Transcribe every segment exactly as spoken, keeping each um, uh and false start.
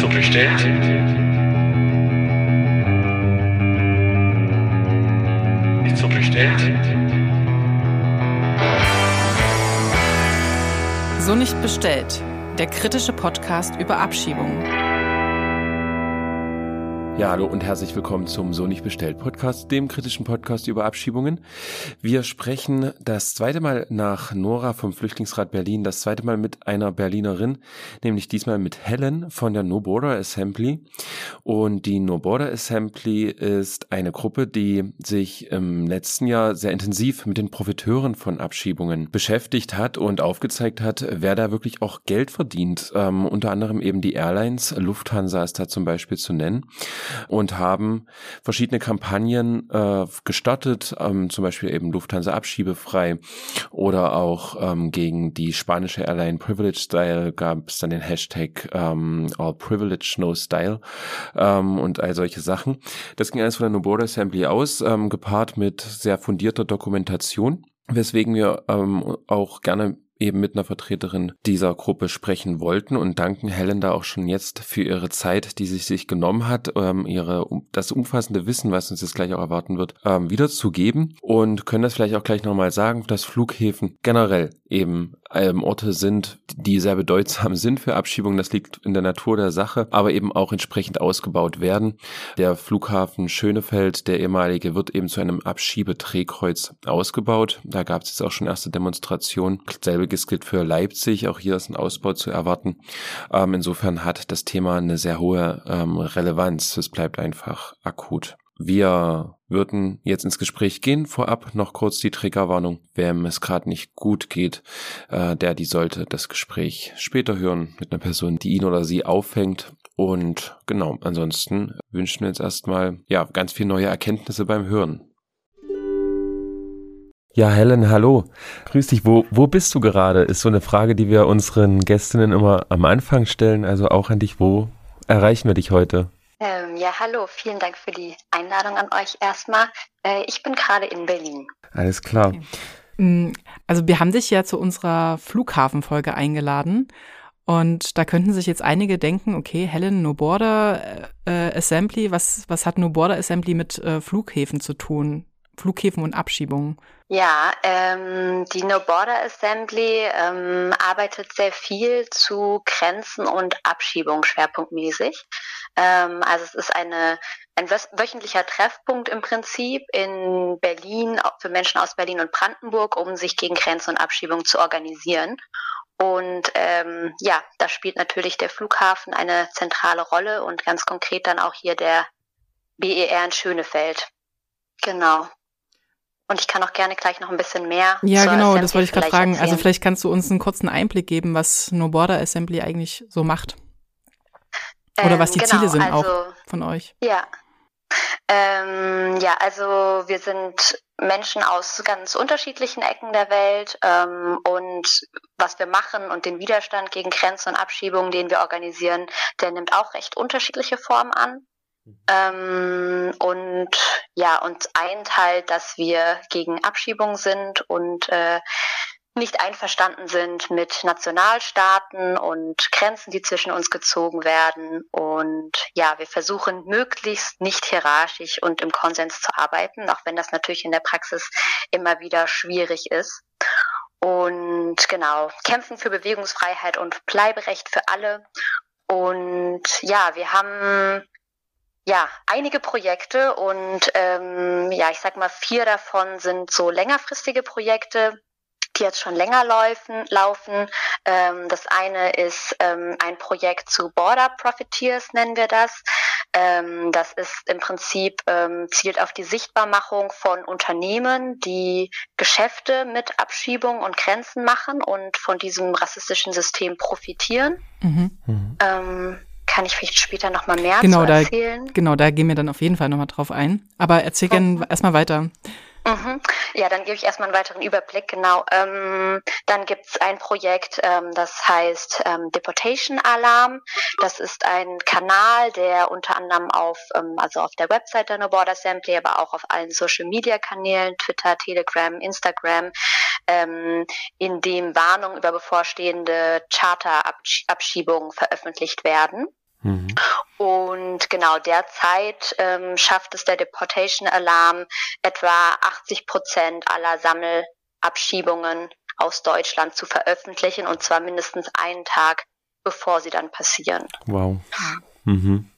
bestellt? Nicht so bestellt? So nicht bestellt. Der kritische Podcast über Abschiebungen. Ja, hallo und herzlich willkommen zum So nicht bestellt Podcast, dem kritischen Podcast über Abschiebungen. Wir sprechen das zweite Mal nach Nora vom Flüchtlingsrat Berlin, das zweite Mal mit einer Berlinerin, nämlich diesmal mit Helen von der No Border Assembly. Und die No Border Assembly ist eine Gruppe, die sich im letzten Jahr sehr intensiv mit den Profiteuren von Abschiebungen beschäftigt hat und aufgezeigt hat, wer da wirklich auch Geld verdient. Ähm, unter anderem eben die Airlines, Lufthansa ist da zum Beispiel zu nennen. Und haben verschiedene Kampagnen äh, gestartet, ähm, zum Beispiel eben Lufthansa abschiebefrei oder auch ähm, gegen die spanische Airline Privilege Style gab es dann den Hashtag ähm, All Privilege No Style ähm, und all solche Sachen. Das ging alles von der No Border Assembly aus, ähm, gepaart mit sehr fundierter Dokumentation, weswegen wir ähm, auch gerne eben mit einer Vertreterin dieser Gruppe sprechen wollten und danken Helen da auch schon jetzt für ihre Zeit, die sie sich genommen hat, ähm, ihre das umfassende Wissen, was uns jetzt gleich auch erwarten wird, ähm, wiederzugeben und können das vielleicht auch gleich nochmal sagen, dass Flughäfen generell eben ähm, Orte sind, die sehr bedeutsam sind für Abschiebungen. Das liegt in der Natur der Sache, aber eben auch entsprechend ausgebaut werden. Der Flughafen Schönefeld, der ehemalige, wird eben zu einem Abschiebedrehkreuz ausgebaut. Da gab es jetzt auch schon erste Demonstrationen. Selbiges gilt für Leipzig. Auch hier ist ein Ausbau zu erwarten. Ähm, insofern hat das Thema eine sehr hohe ähm, Relevanz. Es bleibt einfach akut. Wir würden jetzt ins Gespräch gehen. Vorab noch kurz die Triggerwarnung. Wem es gerade nicht gut geht, äh, der, die sollte das Gespräch später hören mit einer Person, die ihn oder sie auffängt. Und genau, ansonsten wünschen wir jetzt erstmal ja ganz viel neue Erkenntnisse beim Hören. Ja, Helen, hallo. Grüß dich. Wo, wo bist du gerade? Ist so eine Frage, die wir unseren Gästinnen immer am Anfang stellen. Also auch an dich. Wo erreichen wir dich heute? Ähm, ja, hallo, vielen Dank für die Einladung an euch erstmal. Äh, ich bin gerade in Berlin. Alles klar. Okay. Also wir haben dich ja zu unserer Flughafenfolge eingeladen und da könnten sich jetzt einige denken, okay, Helen, No Border äh, Assembly, was, was hat No Border Assembly mit äh, Flughäfen zu tun? Flughäfen und Abschiebungen. Ja, ähm, die No Border Assembly ähm, arbeitet sehr viel zu Grenzen und Abschiebung schwerpunktmäßig. Ähm, also es ist eine ein wöchentlicher Treffpunkt im Prinzip in Berlin, auch für Menschen aus Berlin und Brandenburg, um sich gegen Grenzen und Abschiebung zu organisieren. Und ähm, ja, da spielt natürlich der Flughafen eine zentrale Rolle und ganz konkret dann auch hier der B E R in Schönefeld. Genau. Und ich kann auch gerne gleich noch ein bisschen mehr. Ja, zur genau, Assembly das wollte ich gerade fragen. erzählen. Also vielleicht kannst du uns einen kurzen Einblick geben, was No Border Assembly eigentlich so macht. Oder Ähm, was die genau, Ziele sind also, auch von euch. Ja. Ähm, ja, also wir sind Menschen aus ganz unterschiedlichen Ecken der Welt ähm, und was wir machen und den Widerstand gegen Grenzen und Abschiebungen, den wir organisieren, der nimmt auch recht unterschiedliche Formen an. Ähm, und ja, uns eint halt, dass wir gegen Abschiebung sind und äh, nicht einverstanden sind mit Nationalstaaten und Grenzen, die zwischen uns gezogen werden. Und ja, wir versuchen möglichst nicht hierarchisch und im Konsens zu arbeiten, auch wenn das natürlich in der Praxis immer wieder schwierig ist. Und genau, kämpfen für Bewegungsfreiheit und Bleiberecht für alle. Und ja, wir haben Ja, einige Projekte und ähm, ja, ich sag mal, vier davon sind so längerfristige Projekte, die jetzt schon länger laufen. laufen. Ähm, das eine ist ähm, ein Projekt zu Border Profiteers, nennen wir das. Ähm, das ist im Prinzip, ähm, zielt auf die Sichtbarmachung von Unternehmen, die Geschäfte mit Abschiebung und Grenzen machen und von diesem rassistischen System profitieren. Mhm. Mhm. Ähm, Kann ich vielleicht später nochmal mehr genau, zu erzählen? Da, genau, da gehen wir dann auf jeden Fall nochmal drauf ein. Aber erzähl gerne erstmal weiter. Mhm. Ja, dann gebe ich erstmal einen weiteren Überblick. Genau. Ähm, dann gibt es ein Projekt, ähm, das heißt ähm, Deportation Alarm. Das ist ein Kanal, der unter anderem auf, ähm, also auf der Website der No Border Assembly, aber auch auf allen Social Media Kanälen, Twitter, Telegram, Instagram, ähm, in dem Warnungen über bevorstehende Charterabschiebungen veröffentlicht werden. Mhm. Und genau derzeit ähm, schafft es der Deportation Alarm, etwa achtzig Prozent aller Sammelabschiebungen aus Deutschland zu veröffentlichen, und zwar mindestens einen Tag, bevor sie dann passieren. Wow. Mhm.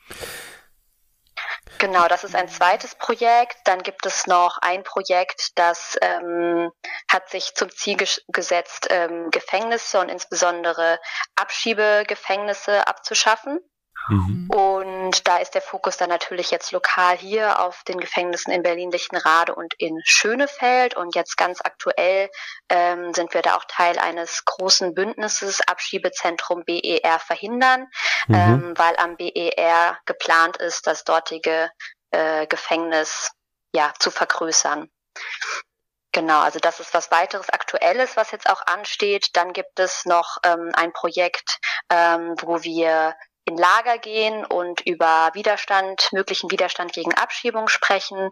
Genau, das ist ein zweites Projekt. Dann gibt es noch ein Projekt, das ähm, hat sich zum Ziel ges- gesetzt, ähm, Gefängnisse und insbesondere Abschiebegefängnisse abzuschaffen. Mhm. Und da ist der Fokus dann natürlich jetzt lokal hier auf den Gefängnissen in Berlin-Lichtenrade und in Schönefeld. Und jetzt ganz aktuell ähm, sind wir da auch Teil eines großen Bündnisses Abschiebezentrum B E R verhindern, Mhm. ähm, weil am B E R geplant ist, das dortige äh, Gefängnis ja zu vergrößern. Genau, also das ist was weiteres Aktuelles, was jetzt auch ansteht. Dann gibt es noch ähm, ein Projekt, ähm, wo wir in Lager gehen und über Widerstand, möglichen Widerstand gegen Abschiebung sprechen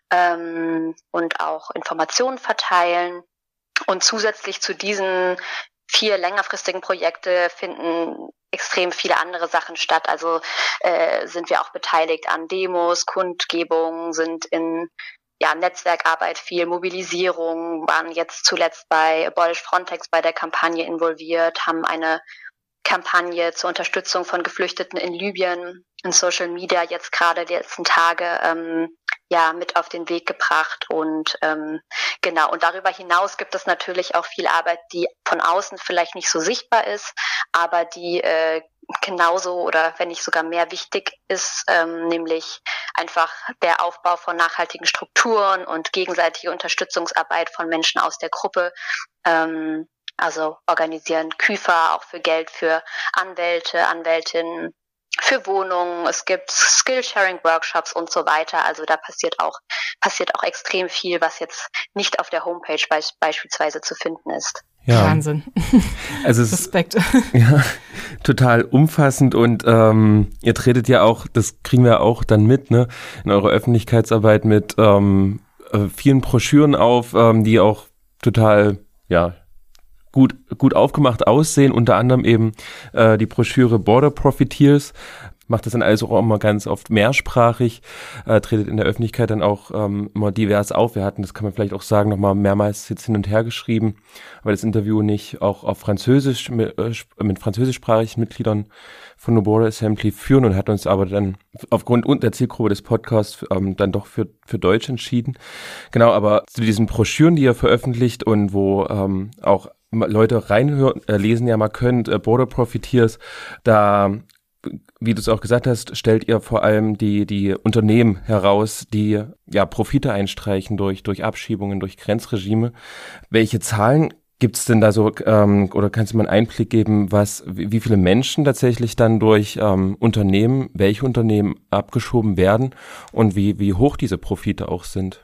ähm, und auch Informationen verteilen. Und zusätzlich zu diesen vier längerfristigen Projekte finden extrem viele andere Sachen statt. Also äh, sind wir auch beteiligt an Demos, Kundgebungen, sind in ja, Netzwerkarbeit, viel Mobilisierung, waren jetzt zuletzt bei Abolish Frontex bei der Kampagne involviert, haben eine Kampagne zur Unterstützung von Geflüchteten in Libyen in Social Media jetzt gerade die letzten Tage ähm, ja mit auf den Weg gebracht. Und ähm, genau, und darüber hinaus gibt es natürlich auch viel Arbeit, die von außen vielleicht nicht so sichtbar ist, aber die äh, genauso oder wenn nicht sogar mehr wichtig ist, ähm, nämlich einfach der Aufbau von nachhaltigen Strukturen und gegenseitige Unterstützungsarbeit von Menschen aus der Gruppe. Ähm, Also organisieren Küfer auch für Geld für Anwälte, Anwältinnen, für Wohnungen. Es gibt Skillsharing-Workshops und so weiter. Also da passiert auch passiert auch extrem viel, was jetzt nicht auf der Homepage be- beispielsweise zu finden ist. Ja. Wahnsinn. Also es Respekt. Ja, total umfassend und ähm, ihr tretet ja auch, das kriegen wir auch dann mit, ne, in eurer Öffentlichkeitsarbeit mit ähm, äh, vielen Broschüren auf, ähm, die auch total, ja, gut gut aufgemacht aussehen, unter anderem eben äh, die Broschüre Border Profiteers, macht das dann also auch immer ganz oft mehrsprachig, äh, tretet in der Öffentlichkeit dann auch ähm, immer divers auf. Wir hatten, das kann man vielleicht auch sagen, nochmal mehrmals jetzt hin und her geschrieben, weil das Interview nicht auch auf Französisch mit, äh, mit französischsprachigen Mitgliedern von No Border Assembly führen und hat uns aber dann aufgrund der Zielgruppe des Podcasts ähm, dann doch für für Deutsch entschieden. Genau, aber zu diesen Broschüren, die ihr veröffentlicht und wo ähm, auch Leute reinhören, äh, lesen ja mal könnt, äh, Border Profiteers, da, wie du es auch gesagt hast, stellt ihr vor allem die die Unternehmen heraus, die ja Profite einstreichen durch durch Abschiebungen, durch Grenzregime. Welche Zahlen gibt's denn da so, ähm, oder kannst du mal einen Einblick geben, was wie, wie viele Menschen tatsächlich dann durch ähm, Unternehmen, welche Unternehmen abgeschoben werden und wie wie hoch diese Profite auch sind?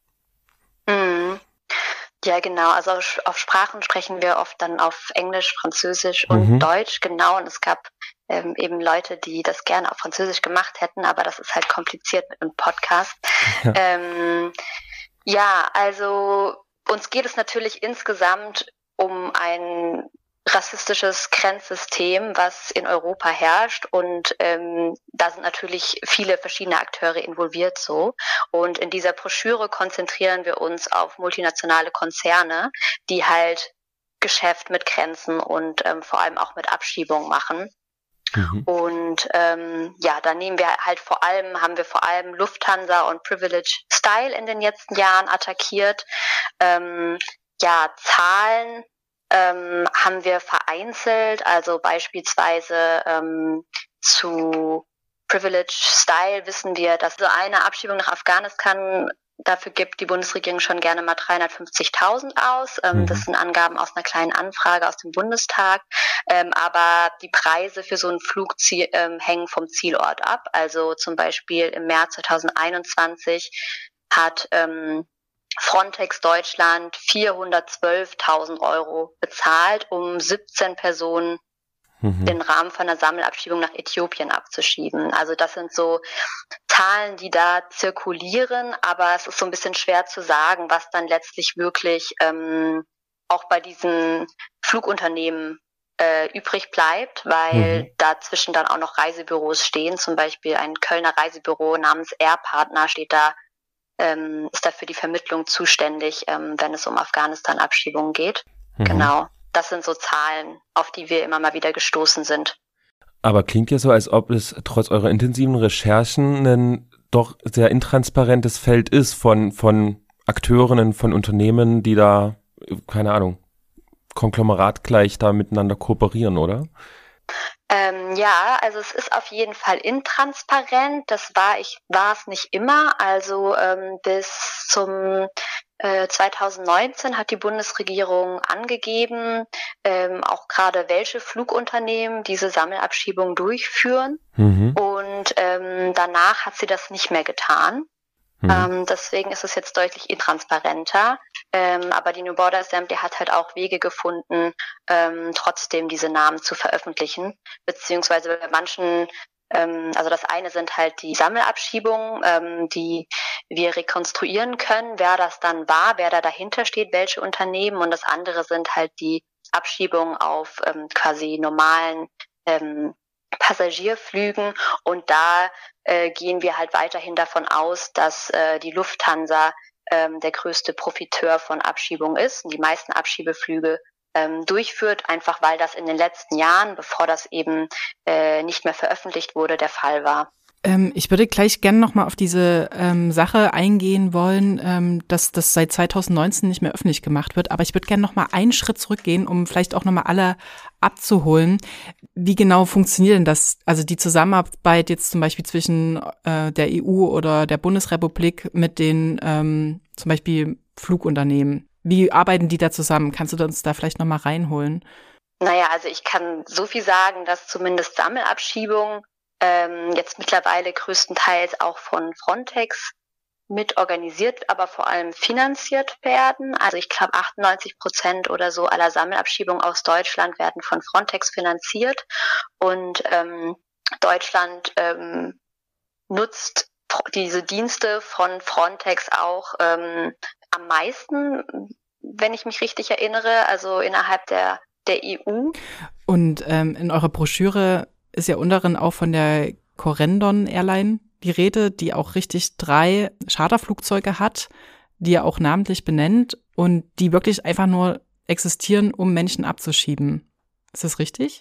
Mhm. Ja, genau. Also auf auf Sprachen sprechen wir oft dann auf Englisch, Französisch und Mhm. Deutsch, genau. Und es gab ähm, eben Leute, die das gerne auf Französisch gemacht hätten, aber das ist halt kompliziert mit einem Podcast. Ja. Ähm, ja, also uns geht es natürlich insgesamt um ein rassistisches Grenzsystem, was in Europa herrscht, und ähm, da sind natürlich viele verschiedene Akteure involviert so. Und in dieser Broschüre konzentrieren wir uns auf multinationale Konzerne, die halt Geschäft mit Grenzen und ähm, vor allem auch mit Abschiebung machen. Mhm. Und ähm, ja, da nehmen wir halt vor allem, haben wir vor allem Lufthansa und Privilege Style in den letzten Jahren attackiert. Ähm, ja, Zahlen ähm, haben wir vereinzelt, also beispielsweise ähm, zu Privilege Style wissen wir, dass so eine Abschiebung nach Afghanistan, dafür gibt die Bundesregierung schon gerne mal dreihundertfünfzigtausend aus. Ähm, Mhm. Das sind Angaben aus einer kleinen Anfrage aus dem Bundestag. Ähm, aber die Preise für so einen Flug zie- ähm, hängen vom Zielort ab. Also zum Beispiel im März zweitausendeinundzwanzig hat ähm, Frontex Deutschland vierhundertzwölftausend Euro bezahlt, um siebzehn Personen Mhm. im Rahmen von einer Sammelabschiebung nach Äthiopien abzuschieben. Also das sind so Zahlen, die da zirkulieren, aber es ist so ein bisschen schwer zu sagen, was dann letztlich wirklich ähm, auch bei diesen Flugunternehmen äh, übrig bleibt, weil Mhm. dazwischen dann auch noch Reisebüros stehen. Zum Beispiel ein Kölner Reisebüro namens Air Partner steht da, ähm, ist da für die Vermittlung zuständig, ähm, wenn es um Afghanistan-Abschiebungen geht. Mhm. Genau. Das sind so Zahlen, auf die wir immer mal wieder gestoßen sind. Aber klingt ja so, als ob es trotz eurer intensiven Recherchen ein doch sehr intransparentes Feld ist von, von Akteurinnen, von Unternehmen, die da, keine Ahnung, konglomeratgleich da miteinander kooperieren, oder? Ähm, ja, also es ist auf jeden Fall intransparent. Das war ich, war es nicht immer. Also ähm, bis zum äh, zwanzig neunzehn hat die Bundesregierung angegeben, ähm, auch gerade welche Flugunternehmen diese Sammelabschiebung durchführen. Mhm. Und ähm, danach hat sie das nicht mehr getan. Mhm. Ähm, deswegen ist es jetzt deutlich intransparenter. Ähm, aber die New Border Assembly hat halt auch Wege gefunden, ähm, trotzdem diese Namen zu veröffentlichen. Beziehungsweise bei manchen, ähm, also das eine sind halt die Sammelabschiebungen, ähm, die wir rekonstruieren können, wer das dann war, wer da dahinter steht, welche Unternehmen. Und das andere sind halt die Abschiebungen auf ähm, quasi normalen ähm, Passagierflügen. Und da äh, gehen wir halt weiterhin davon aus, dass äh, die Lufthansa ähm, der größte Profiteur von Abschiebungen ist und die meisten Abschiebeflüge ähm, durchführt, einfach weil das in den letzten Jahren, bevor das eben äh, nicht mehr veröffentlicht wurde, der Fall war. Ähm, ich würde gleich gerne nochmal auf diese ähm, Sache eingehen wollen, ähm, dass das seit zwanzig neunzehn nicht mehr öffentlich gemacht wird. Aber ich würde gerne nochmal einen Schritt zurückgehen, um vielleicht auch nochmal alle abzuholen. Wie genau funktioniert denn das? Also die Zusammenarbeit jetzt zum Beispiel zwischen äh, der E U oder der Bundesrepublik mit den ähm, zum Beispiel Flugunternehmen. Wie arbeiten die da zusammen? Kannst du uns da vielleicht nochmal reinholen? Naja, also ich kann so viel sagen, dass zumindest Sammelabschiebungen ähm, jetzt mittlerweile größtenteils auch von Frontex mit organisiert, aber vor allem finanziert werden. Also ich glaube achtundneunzig Prozent oder so aller Sammelabschiebungen aus Deutschland werden von Frontex finanziert und ähm, Deutschland ähm, nutzt diese Dienste von Frontex auch ähm, am meisten, wenn ich mich richtig erinnere, also innerhalb der, der E U. Und ähm, in eurer Broschüre ist ja unteren auch von der Corendon Airline die Rede, die auch richtig drei Charterflugzeuge hat, die er auch namentlich benennt und die wirklich einfach nur existieren, um Menschen abzuschieben. Ist das richtig?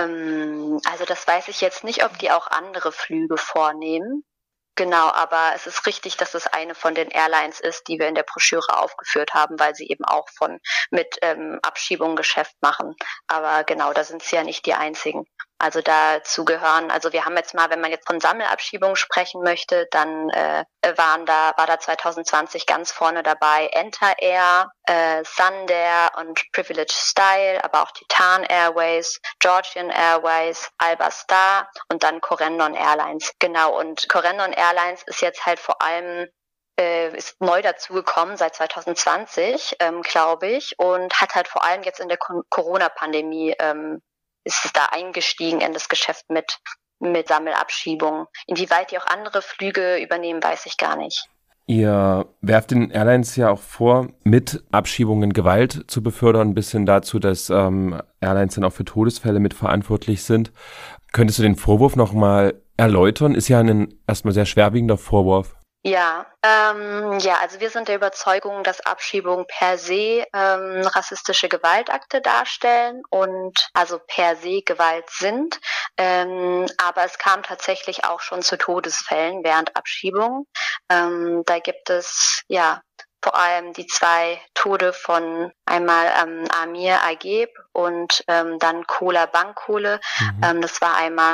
Ähm, also das weiß ich jetzt nicht, ob die auch andere Flüge vornehmen. Genau, aber es ist richtig, dass es eine von den Airlines ist, die wir in der Broschüre aufgeführt haben, weil sie eben auch von mit ähm, Abschiebungen Geschäft machen. Aber genau, da sind sie ja nicht die einzigen. Also dazu gehören, also wir haben jetzt mal, wenn man jetzt von Sammelabschiebungen sprechen möchte, dann äh, waren da, war da zwanzig zwanzig ganz vorne dabei Enter Air, äh, Sundair und Privileged Style, aber auch Titan Airways, Georgian Airways, Alba Star und dann Corendon Airlines. Genau, und Corendon Airlines ist jetzt halt vor allem äh, ist neu dazugekommen seit zwanzig zwanzig, ähm, glaube ich, und hat halt vor allem jetzt in der Con- Corona-Pandemie ähm, ist es da eingestiegen in das Geschäft mit, mit Sammelabschiebungen. Inwieweit die auch andere Flüge übernehmen, weiß ich gar nicht. Ihr werft den Airlines ja auch vor, mit Abschiebungen Gewalt zu befördern, bis hin dazu, dass ähm, Airlines dann auch für Todesfälle mitverantwortlich sind. Könntest du den Vorwurf nochmal erläutern? Ist ja ein erstmal sehr schwerwiegender Vorwurf. Ja, ähm, ja, also wir sind der Überzeugung, dass Abschiebungen per se ähm, rassistische Gewaltakte darstellen und also per se Gewalt sind. Ähm, aber es kam tatsächlich auch schon zu Todesfällen während Abschiebungen. Ähm, da gibt es ja vor allem die zwei Tode von einmal ähm, Amir Ageb und ähm, dann Kola Bankole. Mhm. Ähm, das war einmal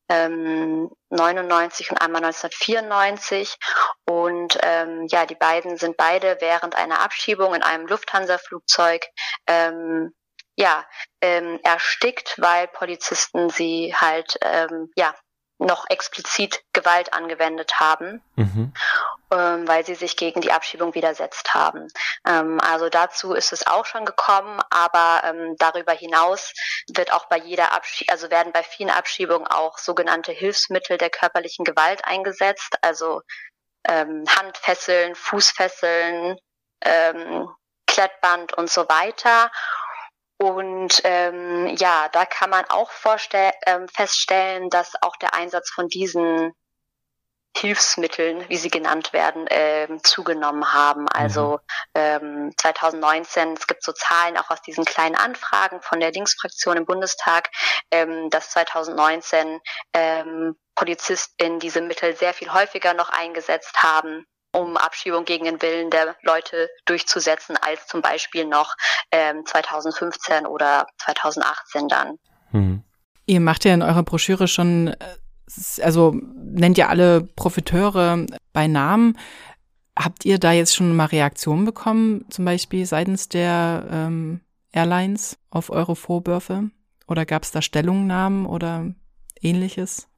ähm, neunundneunzig und einmal neunzehnhundertvierundneunzig und ähm, ja, die beiden sind beide während einer Abschiebung in einem Lufthansa-Flugzeug ähm, ja ähm, erstickt, weil Polizisten sie halt ähm, ja noch explizit Gewalt angewendet haben, Mhm. ähm, weil sie sich gegen die Abschiebung widersetzt haben. Ähm, also dazu ist es auch schon gekommen, aber ähm, darüber hinaus wird auch bei jeder Abschiebung, also werden bei vielen Abschiebungen auch sogenannte Hilfsmittel der körperlichen Gewalt eingesetzt, also ähm, Handfesseln, Fußfesseln, ähm, Klettband und so weiter. Und ähm, ja, da kann man auch vorstell- ähm, feststellen, dass auch der Einsatz von diesen Hilfsmitteln, wie sie genannt werden, ähm, zugenommen haben. Also ähm, zwanzig neunzehn, es gibt so Zahlen auch aus diesen kleinen Anfragen von der Linksfraktion im Bundestag, ähm, dass zwanzig neunzehn ähm, PolizistInnen diese Mittel sehr viel häufiger noch eingesetzt haben, um Abschiebung gegen den Willen der Leute durchzusetzen, als zum Beispiel noch ähm, zwanzig fünfzehn oder zwanzig achtzehn dann. Mhm. Ihr macht ja in eurer Broschüre schon, also nennt ihr alle Profiteure bei Namen. Habt ihr da jetzt schon mal Reaktionen bekommen, zum Beispiel seitens der ähm, Airlines auf eure Vorwürfe? Oder gab es da Stellungnahmen oder Ähnliches?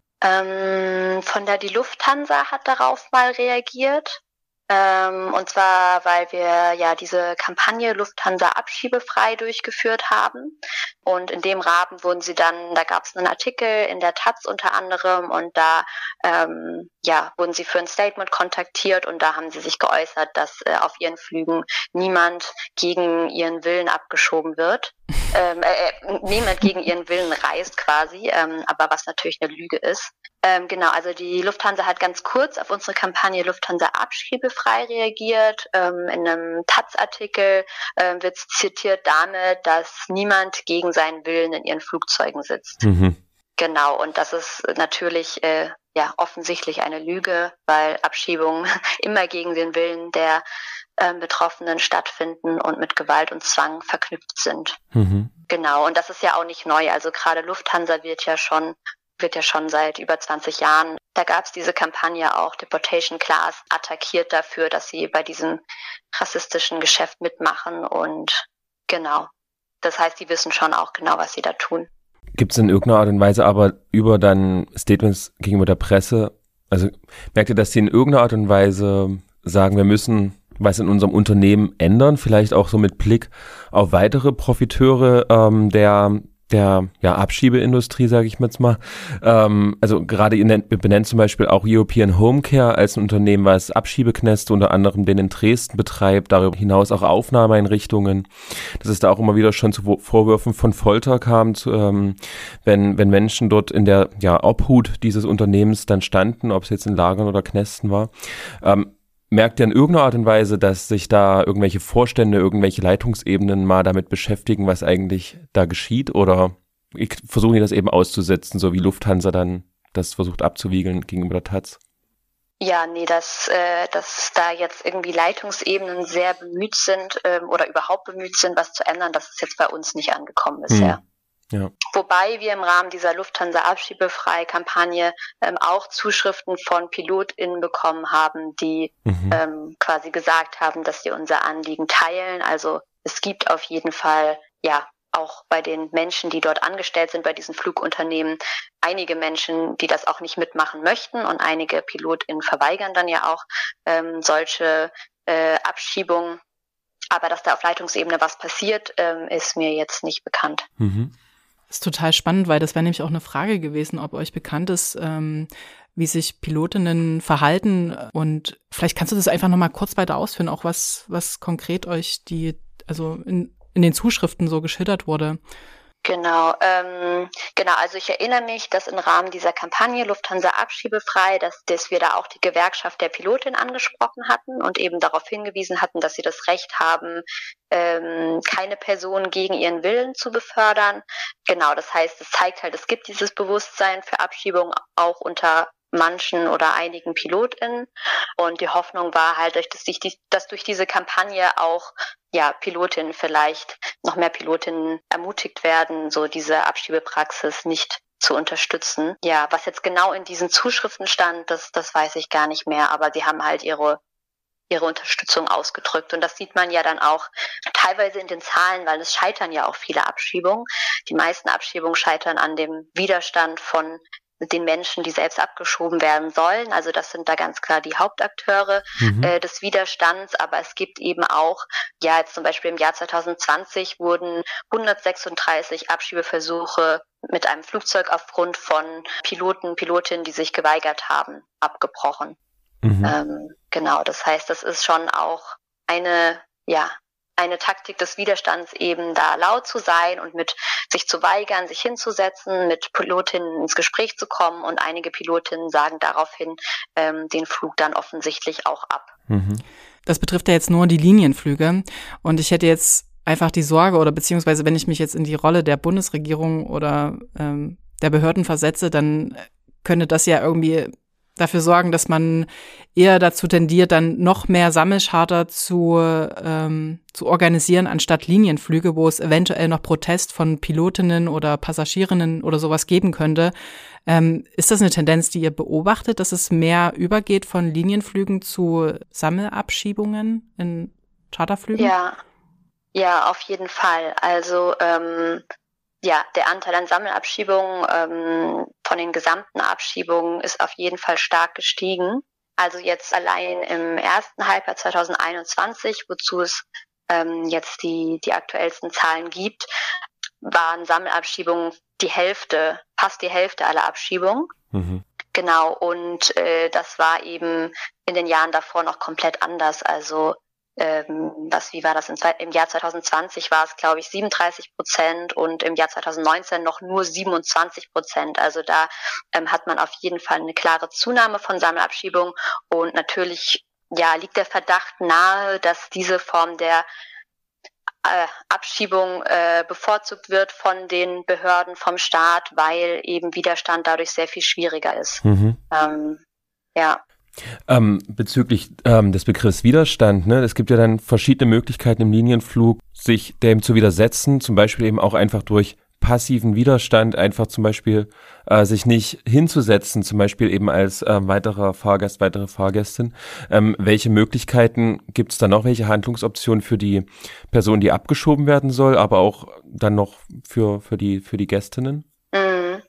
Ähm, von der die Lufthansa hat darauf mal reagiert. Ähm, und zwar, weil wir ja diese Kampagne Lufthansa abschiebefrei durchgeführt haben. Und in dem Rahmen wurden sie dann, da gab es einen Artikel in der Taz unter anderem und da ähm, ja wurden sie für ein Statement kontaktiert und da haben sie sich geäußert, dass äh, auf ihren Flügen niemand gegen ihren Willen abgeschoben wird. ähm, äh, niemand gegen ihren Willen reist quasi, ähm, aber was natürlich eine Lüge ist. Ähm, genau, also die Lufthansa hat ganz kurz auf unsere Kampagne Lufthansa abschiebefrei reagiert. Ähm, in einem Taz-Artikel ähm, wird zitiert damit, dass niemand gegen seinen Willen in ihren Flugzeugen sitzt. Mhm. Genau, und das ist natürlich äh, ja offensichtlich eine Lüge, weil Abschiebungen immer gegen den Willen der äh, Betroffenen stattfinden und mit Gewalt und Zwang verknüpft sind. Mhm. Genau, und das ist ja auch nicht neu. Also gerade Lufthansa wird ja schon wird ja schon seit über zwanzig Jahren. Da gab es diese Kampagne auch, Deportation Class, attackiert dafür, dass sie bei diesem rassistischen Geschäft mitmachen und genau. Das heißt, die wissen schon auch genau, was sie da tun. Gibt es in irgendeiner Art und Weise aber über dann Statements gegenüber der Presse, also merkt ihr, dass sie in irgendeiner Art und Weise sagen, wir müssen was in unserem Unternehmen ändern, vielleicht auch so mit Blick auf weitere Profiteure ähm, der der ja Abschiebeindustrie, sage ich jetzt mal. Ähm, also gerade ihr nennt, benennt zum Beispiel auch European Home Care als ein Unternehmen, was Abschiebeknäste unter anderem den in Dresden betreibt, darüber hinaus auch Aufnahmeeinrichtungen. Dass es da auch immer wieder schon zu Vorwürfen von Folter kam, zu, ähm, wenn wenn Menschen dort in der ja Obhut dieses Unternehmens dann standen, ob es jetzt in Lagern oder Knästen war. Ähm, Merkt ihr in irgendeiner Art und Weise, dass sich da irgendwelche Vorstände, irgendwelche Leitungsebenen mal damit beschäftigen, was eigentlich da geschieht? Oder versuchen die das eben auszusetzen, so wie Lufthansa dann das versucht abzuwiegeln gegenüber der Taz? Ja, nee, dass, äh, dass da jetzt irgendwie Leitungsebenen sehr bemüht sind ähm, oder überhaupt bemüht sind, was zu ändern, das ist jetzt bei uns nicht angekommen bisher. Hm. Ja. Wobei wir im Rahmen dieser Lufthansa Abschiebefrei-Kampagne ähm, auch Zuschriften von PilotInnen bekommen haben, die mhm. ähm, quasi gesagt haben, dass sie unser Anliegen teilen. Also es gibt auf jeden Fall, ja, auch bei den Menschen, die dort angestellt sind, bei diesen Flugunternehmen, einige Menschen, die das auch nicht mitmachen möchten und einige PilotInnen verweigern dann ja auch ähm, solche äh, Abschiebungen. Aber dass da auf Leitungsebene was passiert, ähm, ist mir jetzt nicht bekannt. Mhm. Das ist total spannend, weil das wäre nämlich auch eine Frage gewesen, ob euch bekannt ist, ähm, wie sich Pilotinnen verhalten. Und vielleicht kannst du das einfach nochmal kurz weiter ausführen, auch was, was konkret euch die, also in, in den Zuschriften so geschildert wurde. Genau, ähm, genau. Also ich erinnere mich, dass im Rahmen dieser Kampagne Lufthansa abschiebefrei, dass, dass wir da auch die Gewerkschaft der Pilotin angesprochen hatten und eben darauf hingewiesen hatten, dass sie das Recht haben, ähm, keine Person gegen ihren Willen zu befördern. Genau, das heißt, es zeigt halt, es gibt dieses Bewusstsein für Abschiebung auch unter manchen oder einigen PilotInnen. Und die Hoffnung war halt, dass, sich die, dass durch diese Kampagne auch ja Pilotinnen vielleicht noch mehr Pilotinnen ermutigt werden, so diese Abschiebepraxis nicht zu unterstützen. Ja, was jetzt genau in diesen Zuschriften stand, das, das weiß ich gar nicht mehr, aber sie haben halt ihre ihre Unterstützung ausgedrückt. Und das sieht man ja dann auch teilweise in den Zahlen, weil es scheitern ja auch viele Abschiebungen. Die meisten Abschiebungen scheitern an dem Widerstand von den Menschen, die selbst abgeschoben werden sollen. Also das sind da ganz klar die Hauptakteure mhm. äh, des Widerstands. Aber es gibt eben auch, ja jetzt zum Beispiel im Jahr zwanzig zwanzig wurden hundertsechsunddreißig Abschiebeversuche mit einem Flugzeug aufgrund von Piloten, Pilotinnen, die sich geweigert haben, abgebrochen. Mhm. Ähm, genau, das heißt, das ist schon auch eine, ja, eine Taktik des Widerstands eben da laut zu sein und mit sich zu weigern, sich hinzusetzen, mit Pilotinnen ins Gespräch zu kommen, und einige Pilotinnen sagen daraufhin ähm, den Flug dann offensichtlich auch ab. Mhm. Das betrifft ja jetzt nur die Linienflüge, und ich hätte jetzt einfach die Sorge, oder beziehungsweise wenn ich mich jetzt in die Rolle der Bundesregierung oder ähm, der Behörden versetze, dann könnte das ja irgendwie dafür sorgen, dass man eher dazu tendiert, dann noch mehr Sammelcharter zu, ähm, zu organisieren, anstatt Linienflüge, wo es eventuell noch Protest von Pilotinnen oder Passagierinnen oder sowas geben könnte. Ähm, ist das eine Tendenz, die ihr beobachtet, dass es mehr übergeht von Linienflügen zu Sammelabschiebungen in Charterflügen? Ja, ja, auf jeden Fall. Also ähm, ja, der Anteil an Sammelabschiebungen ähm, von den gesamten Abschiebungen ist auf jeden Fall stark gestiegen. Also jetzt allein im ersten Halbjahr zwanzig einundzwanzig, wozu es ähm, jetzt die die aktuellsten Zahlen gibt, waren Sammelabschiebungen die Hälfte, fast die Hälfte aller Abschiebungen. Mhm. Genau, und äh, das war eben in den Jahren davor noch komplett anders. Also Ähm, was, wie war das? Im Jahr zwanzig zwanzig war es, glaube ich, siebenunddreißig Prozent und im Jahr zwanzig neunzehn noch nur siebenundzwanzig Prozent. Also da ähm, hat man auf jeden Fall eine klare Zunahme von Sammelabschiebungen, und natürlich ja liegt der Verdacht nahe, dass diese Form der äh, Abschiebung äh, bevorzugt wird von den Behörden, vom Staat, weil eben Widerstand dadurch sehr viel schwieriger ist. Mhm. Ähm, ja. Ähm, bezüglich ähm, des Begriffs Widerstand, ne, es gibt ja dann verschiedene Möglichkeiten im Linienflug, sich dem zu widersetzen, zum Beispiel eben auch einfach durch passiven Widerstand, einfach zum Beispiel äh, sich nicht hinzusetzen, zum Beispiel eben als äh, weiterer Fahrgast, weitere Fahrgästin. Ähm, welche Möglichkeiten gibt es da noch, welche Handlungsoptionen für die Person, die abgeschoben werden soll, aber auch dann noch für, für, die, für die Gästinnen? Mhm.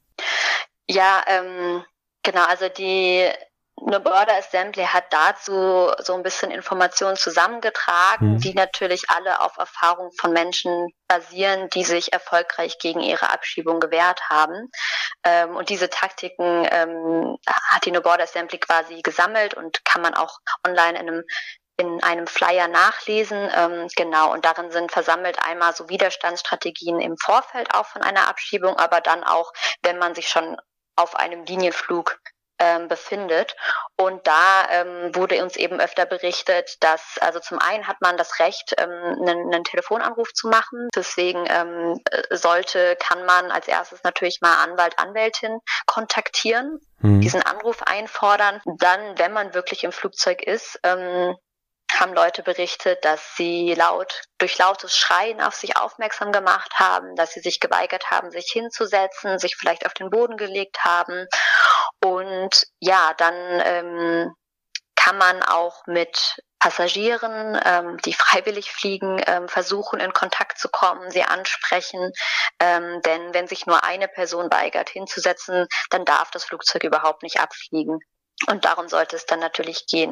Ja, ähm, genau, also die No Border Assembly hat dazu so ein bisschen Informationen zusammengetragen, mhm. die natürlich alle auf Erfahrung von Menschen basieren, die sich erfolgreich gegen ihre Abschiebung gewehrt haben. Ähm, und diese Taktiken ähm, hat die No Border Assembly quasi gesammelt und kann man auch online in einem in einem Flyer nachlesen. Ähm, genau, und darin sind versammelt einmal so Widerstandsstrategien im Vorfeld auch von einer Abschiebung, aber dann auch, wenn man sich schon auf einem Linienflug Ähm, befindet. Und da ähm, wurde uns eben öfter berichtet, dass, also zum einen hat man das Recht, ähm, einen, einen Telefonanruf zu machen. Deswegen ähm, sollte, kann man als erstes natürlich mal Anwalt, Anwältin kontaktieren, mhm. diesen Anruf einfordern. Dann, wenn man wirklich im Flugzeug ist, ähm, haben Leute berichtet, dass sie laut durch lautes Schreien auf sich aufmerksam gemacht haben, dass sie sich geweigert haben, sich hinzusetzen, sich vielleicht auf den Boden gelegt haben. Und ja, dann ähm, kann man auch mit Passagieren, ähm, die freiwillig fliegen, ähm, versuchen, in Kontakt zu kommen, sie ansprechen. Ähm, denn wenn sich nur eine Person weigert, hinzusetzen, dann darf das Flugzeug überhaupt nicht abfliegen. Und darum sollte es dann natürlich gehen.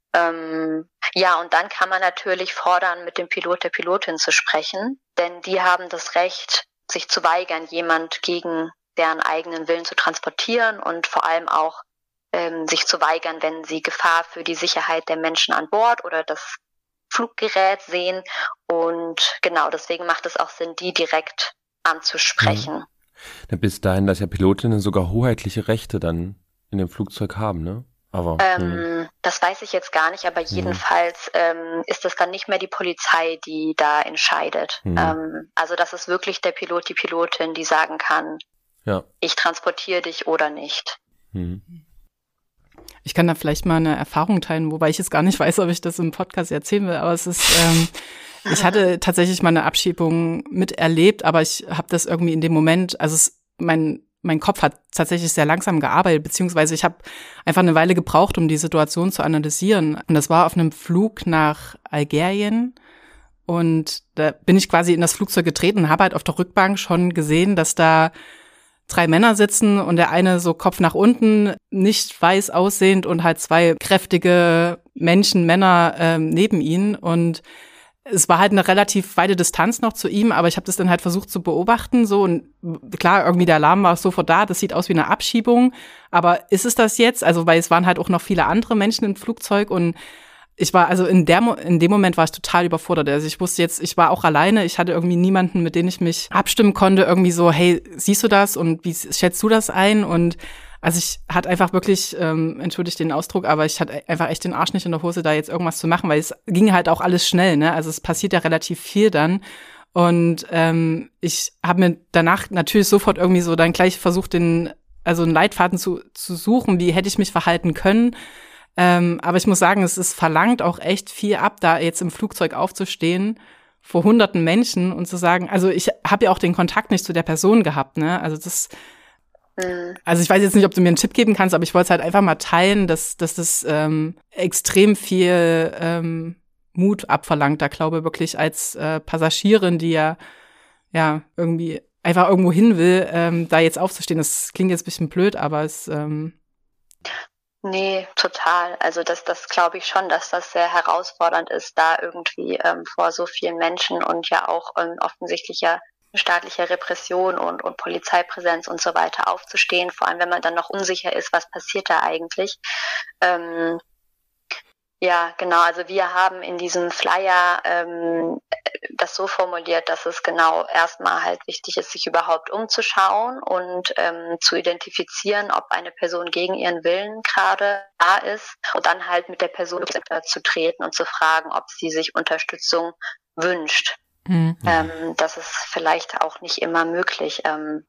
Ähm, ja, und dann kann man natürlich fordern, mit dem Pilot, der Pilotin zu sprechen, denn die haben das Recht, sich zu weigern, jemand gegen deren eigenen Willen zu transportieren, und vor allem auch ähm, sich zu weigern, wenn sie Gefahr für die Sicherheit der Menschen an Bord oder das Fluggerät sehen. Und genau, deswegen macht es auch Sinn, die direkt anzusprechen. Ja. Bis dahin, dass ja Pilotinnen sogar hoheitliche Rechte dann in dem Flugzeug haben, ne? Aber, ähm, das weiß ich jetzt gar nicht, aber jedenfalls ähm, ist es dann nicht mehr die Polizei, die da entscheidet. Mhm. Ähm, also das ist wirklich der Pilot, die Pilotin, die sagen kann, ja. ich transportiere dich oder nicht. Mhm. Ich kann da vielleicht mal eine Erfahrung teilen, wobei ich jetzt gar nicht weiß, ob ich das im Podcast erzählen will, aber es ist, ähm, ich hatte tatsächlich mal eine Abschiebung miterlebt, aber ich habe das irgendwie in dem Moment, also es, mein Mein Kopf hat tatsächlich sehr langsam gearbeitet, beziehungsweise ich habe einfach eine Weile gebraucht, um die Situation zu analysieren. Und das war auf einem Flug nach Algerien. Und da bin ich quasi in das Flugzeug getreten und habe halt auf der Rückbank schon gesehen, dass da drei Männer sitzen und der eine so Kopf nach unten, nicht weiß aussehend, und halt zwei kräftige Menschen, Männer ähm, neben ihnen. Und es war halt eine relativ weite Distanz noch zu ihm, aber ich habe das dann halt versucht zu beobachten, so, und klar, irgendwie der Alarm war sofort da, das sieht aus wie eine Abschiebung, aber ist es das jetzt? Also, weil es waren halt auch noch viele andere Menschen im Flugzeug, und ich war, also in der, in dem Moment war ich total überfordert. Also ich wusste jetzt, ich war auch alleine, ich hatte irgendwie niemanden, mit dem ich mich abstimmen konnte, irgendwie so, hey, siehst du das und wie schätzt du das ein? Und also ich hatte einfach wirklich, ähm, entschuldigt den Ausdruck, aber ich hatte einfach echt den Arsch nicht in der Hose, da jetzt irgendwas zu machen, weil es ging halt auch alles schnell, ne? Also es passiert ja relativ viel dann. Und ähm, ich habe mir danach natürlich sofort irgendwie so dann gleich versucht, den, also einen Leitfaden zu, zu suchen, wie hätte ich mich verhalten können. Ähm, aber ich muss sagen, es ist verlangt auch echt viel ab, da jetzt im Flugzeug aufzustehen vor hunderten Menschen und zu sagen, also ich habe ja auch den Kontakt nicht zu der Person gehabt, ne? Also das, mhm. also ich weiß jetzt nicht, ob du mir einen Tipp geben kannst, aber ich wollte es halt einfach mal teilen, dass, dass das ähm, extrem viel ähm, Mut abverlangt, da glaube ich wirklich als äh, Passagierin, die ja ja irgendwie einfach irgendwo hin will, ähm, da jetzt aufzustehen. Das klingt jetzt ein bisschen blöd, aber es ähm Nee, total. Also das, das glaube ich schon, dass das sehr herausfordernd ist, da irgendwie ähm, vor so vielen Menschen und ja auch ähm, offensichtlicher staatlicher Repression und, und Polizeipräsenz und so weiter aufzustehen, vor allem wenn man dann noch unsicher ist, was passiert da eigentlich. Ähm, ja, genau, also wir haben in diesem Flyer ähm, das so formuliert, dass es genau erstmal halt wichtig ist, sich überhaupt umzuschauen und ähm, zu identifizieren, ob eine Person gegen ihren Willen gerade da ist und dann halt mit der Person zu treten und zu fragen, ob sie sich Unterstützung wünscht. Mhm. Ähm, das ist vielleicht auch nicht immer möglich. Ähm,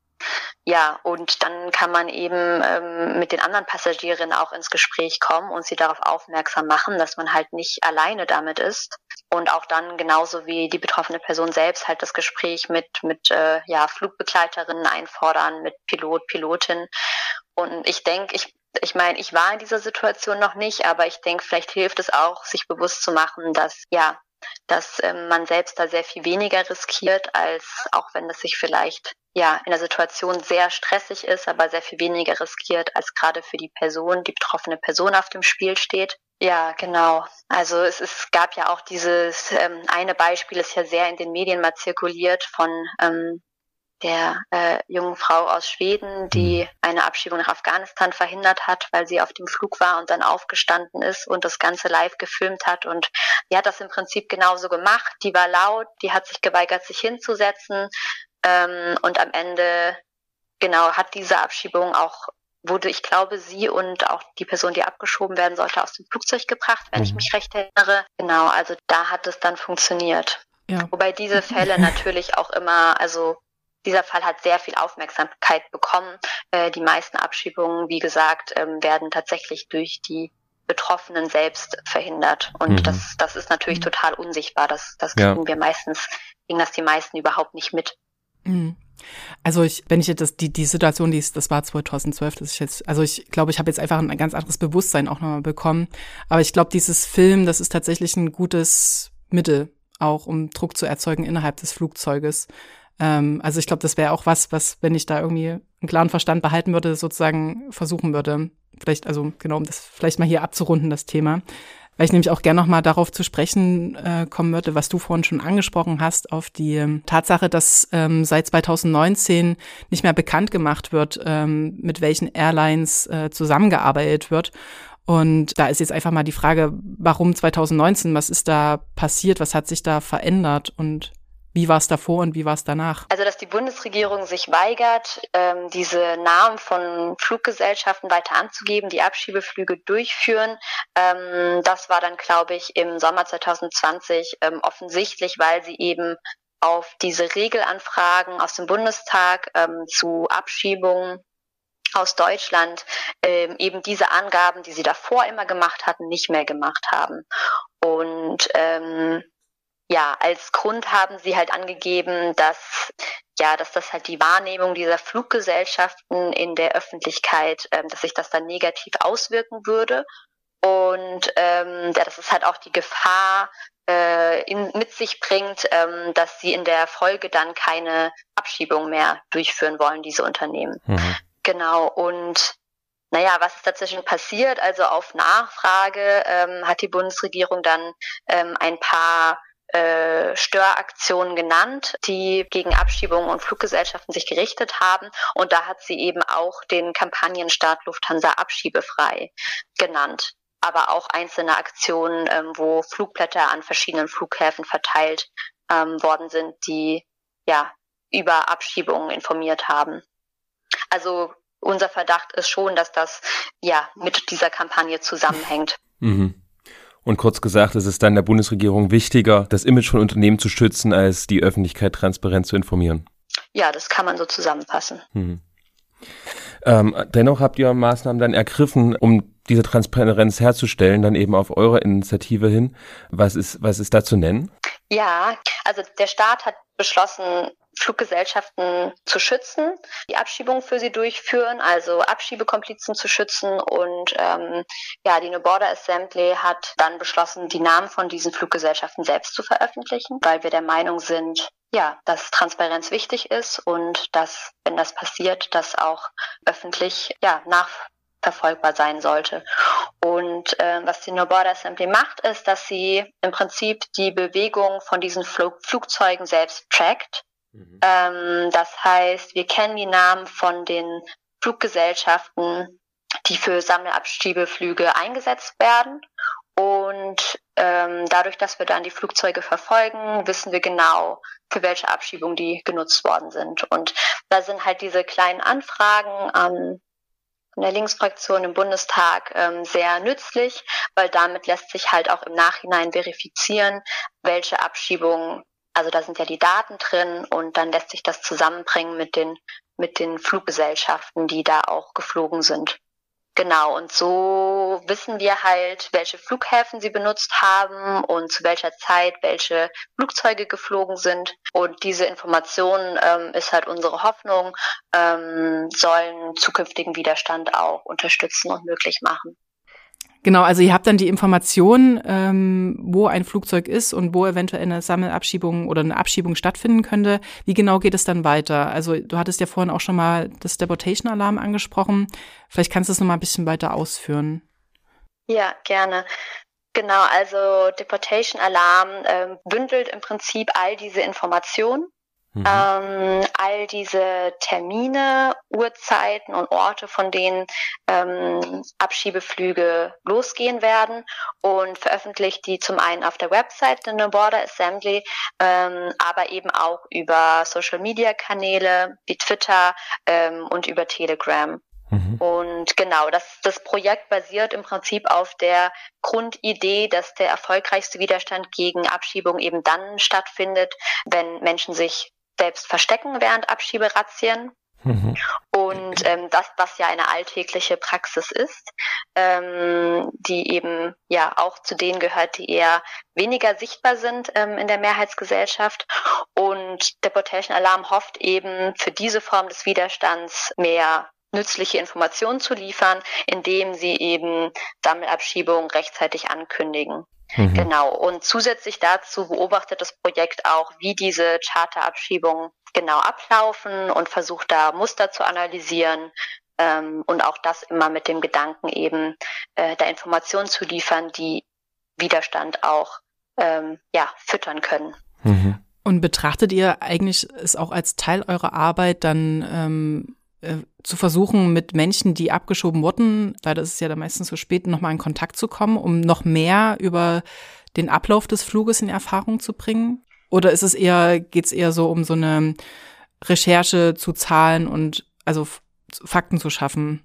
Ja, und dann kann man eben ähm, mit den anderen Passagierinnen auch ins Gespräch kommen und sie darauf aufmerksam machen, dass man halt nicht alleine damit ist. Und auch dann genauso wie die betroffene Person selbst halt das Gespräch mit mit äh, ja Flugbegleiterinnen einfordern, mit Pilot, Pilotin. Und ich denke, ich ich meine, ich war in dieser Situation noch nicht, aber ich denke, vielleicht hilft es auch, sich bewusst zu machen, dass ja dass ähm, man selbst da sehr viel weniger riskiert, als auch wenn das sich vielleicht ja in der Situation sehr stressig ist, aber sehr viel weniger riskiert, als gerade für die Person, die betroffene Person auf dem Spiel steht. Ja, genau. Also es, es gab ja auch dieses ähm, eine Beispiel, ist ja sehr in den Medien mal zirkuliert von ähm, der äh, jungen Frau aus Schweden, die eine Abschiebung nach Afghanistan verhindert hat, weil sie auf dem Flug war und dann aufgestanden ist und das Ganze live gefilmt hat. Und die hat das im Prinzip genauso gemacht. Die war laut, die hat sich geweigert, sich hinzusetzen. Ähm, und am Ende, genau, hat diese Abschiebung auch, wurde, ich glaube, sie und auch die Person, die abgeschoben werden sollte, aus dem Flugzeug gebracht, wenn mhm. ich mich recht erinnere. Genau, also da hat es dann funktioniert. Ja. Wobei diese Fälle natürlich auch immer, also dieser Fall hat sehr viel Aufmerksamkeit bekommen. Äh, die meisten Abschiebungen, wie gesagt, ähm, werden tatsächlich durch die Betroffenen selbst verhindert. Und mhm. das, das ist natürlich mhm. total unsichtbar. Das, das kriegen ja. wir meistens, kriegen das die meisten überhaupt nicht mit. Mhm. Also ich, wenn ich jetzt das, die, die Situation, die ist, das war zweitausendzwölf, das ist jetzt, also ich glaube, ich habe jetzt einfach ein ganz anderes Bewusstsein auch nochmal bekommen. Aber ich glaube, dieses Film, das ist tatsächlich ein gutes Mittel, auch um Druck zu erzeugen innerhalb des Flugzeuges. Ähm, also ich glaube, das wäre auch was, was, wenn ich da irgendwie einen klaren Verstand behalten würde, sozusagen versuchen würde. Vielleicht, also genau, um das vielleicht mal hier abzurunden, das Thema. Weil ich nämlich auch gerne noch mal darauf zu sprechen äh, kommen würde, was du vorhin schon angesprochen hast, auf die ähm, Tatsache, dass ähm, seit zweitausendneunzehn nicht mehr bekannt gemacht wird, ähm, mit welchen Airlines äh, zusammengearbeitet wird. Und da ist jetzt einfach mal die Frage, warum zweitausendneunzehn? Was ist da passiert? Was hat sich da verändert? Und wie war es davor und wie war es danach? Also, dass die Bundesregierung sich weigert, ähm, diese Namen von Fluggesellschaften weiter anzugeben, die Abschiebeflüge durchführen, ähm, das war dann, glaube ich, im Sommer zweitausendzwanzig ähm, offensichtlich, weil sie eben auf diese Regelanfragen aus dem Bundestag ähm, zu Abschiebungen aus Deutschland ähm, eben diese Angaben, die sie davor immer gemacht hatten, nicht mehr gemacht haben. Und ähm, ja, als Grund haben sie halt angegeben, dass ja, dass das halt die Wahrnehmung dieser Fluggesellschaften in der Öffentlichkeit, ähm, dass sich das dann negativ auswirken würde und ähm, ja, dass es halt auch die Gefahr äh, in, mit sich bringt, ähm, dass sie in der Folge dann keine Abschiebung mehr durchführen wollen, diese Unternehmen. Mhm. Genau, und naja, was ist dazwischen passiert? Also auf Nachfrage ähm, hat die Bundesregierung dann ähm, ein paar äh, Störaktionen genannt, die gegen Abschiebungen und Fluggesellschaften sich gerichtet haben. Und da hat sie eben auch den Kampagnenstart Lufthansa abschiebefrei genannt. aber auch einzelne Aktionen, ähm, wo Flugblätter an verschiedenen Flughäfen verteilt ähm, worden sind, die ja über Abschiebungen informiert haben. Also unser Verdacht ist schon, dass das ja mit dieser Kampagne zusammenhängt. Mhm. Und kurz gesagt, ist es dann der Bundesregierung wichtiger, das Image von Unternehmen zu schützen, als die Öffentlichkeit transparent zu informieren? Ja, das kann man so zusammenfassen. Mhm. Ähm, dennoch habt ihr Maßnahmen dann ergriffen, um diese Transparenz herzustellen, dann eben auf eure Initiative hin. Was ist, was ist da zu nennen? Ja, also der Staat hat beschlossen, Fluggesellschaften zu schützen, die Abschiebung für sie durchführen, also Abschiebekomplizen zu schützen. Und ähm, ja, die No Border Assembly hat dann beschlossen, die Namen von diesen Fluggesellschaften selbst zu veröffentlichen, weil wir der Meinung sind, ja, dass Transparenz wichtig ist und dass, wenn das passiert, das auch öffentlich ja nachverfolgbar sein sollte. Und äh, was die No Border Assembly macht, ist, dass sie im Prinzip die Bewegung von diesen Flug- Flugzeugen selbst trackt. Mhm. Ähm, das heißt, wir kennen die Namen von den Fluggesellschaften, die für Sammelabschiebeflüge eingesetzt werden. Und ähm, dadurch, dass wir dann die Flugzeuge verfolgen, wissen wir genau, für welche Abschiebung die genutzt worden sind. Und da sind halt diese kleinen Anfragen an in der Linksfraktion im Bundestag ähm, sehr nützlich, weil damit lässt sich halt auch im Nachhinein verifizieren, welche Abschiebungen, also da sind ja die Daten drin und dann lässt sich das zusammenbringen mit den mit den Fluggesellschaften, die da auch geflogen sind. Genau, und so wissen wir halt, welche Flughäfen sie benutzt haben und zu welcher Zeit welche Flugzeuge geflogen sind. Und diese Informationen, ähm, ist halt unsere Hoffnung, ähm, sollen zukünftigen Widerstand auch unterstützen und möglich machen. Genau, also ihr habt dann die Information, ähm, wo ein Flugzeug ist und wo eventuell eine Sammelabschiebung oder eine Abschiebung stattfinden könnte. Wie genau geht es dann weiter? Also du hattest ja vorhin auch schon mal das Deportation-Alarm angesprochen. Vielleicht kannst du es noch mal ein bisschen weiter ausführen. Ja, gerne. Genau, also Deportation-Alarm ähm, bündelt im Prinzip all diese Informationen. Mhm. Ähm, all diese Termine, Uhrzeiten und Orte, von denen ähm, Abschiebeflüge losgehen werden und veröffentlicht die zum einen auf der Website der No Border Assembly, ähm, aber eben auch über Social-Media-Kanäle wie Twitter ähm, und über Telegram. Mhm. Und genau, das, das Projekt basiert im Prinzip auf der Grundidee, dass der erfolgreichste Widerstand gegen Abschiebung eben dann stattfindet, wenn Menschen sich selbst verstecken während Abschieberazzien. Mhm. Und ähm, das, was ja eine alltägliche Praxis ist, ähm, die eben ja auch zu denen gehört, die eher weniger sichtbar sind ähm, in der Mehrheitsgesellschaft. Und Deportation Alarm hofft eben für diese Form des Widerstands mehr nützliche Informationen zu liefern, indem sie eben Sammelabschiebungen rechtzeitig ankündigen. Mhm. Genau. Und zusätzlich dazu beobachtet das Projekt auch, wie diese Charterabschiebungen genau ablaufen und versucht da Muster zu analysieren ähm, und auch das immer mit dem Gedanken eben äh, der Informationen zu liefern, die Widerstand auch ähm, ja füttern können. Mhm. Und betrachtet ihr eigentlich es auch als Teil eurer Arbeit dann ähm, zu versuchen, mit Menschen, die abgeschoben wurden, leider ist es ja dann meistens zu spät, nochmal in Kontakt zu kommen, um noch mehr über den Ablauf des Fluges in Erfahrung zu bringen? Oder ist es eher, geht es eher so um so eine Recherche zu Zahlen und also Fakten zu schaffen?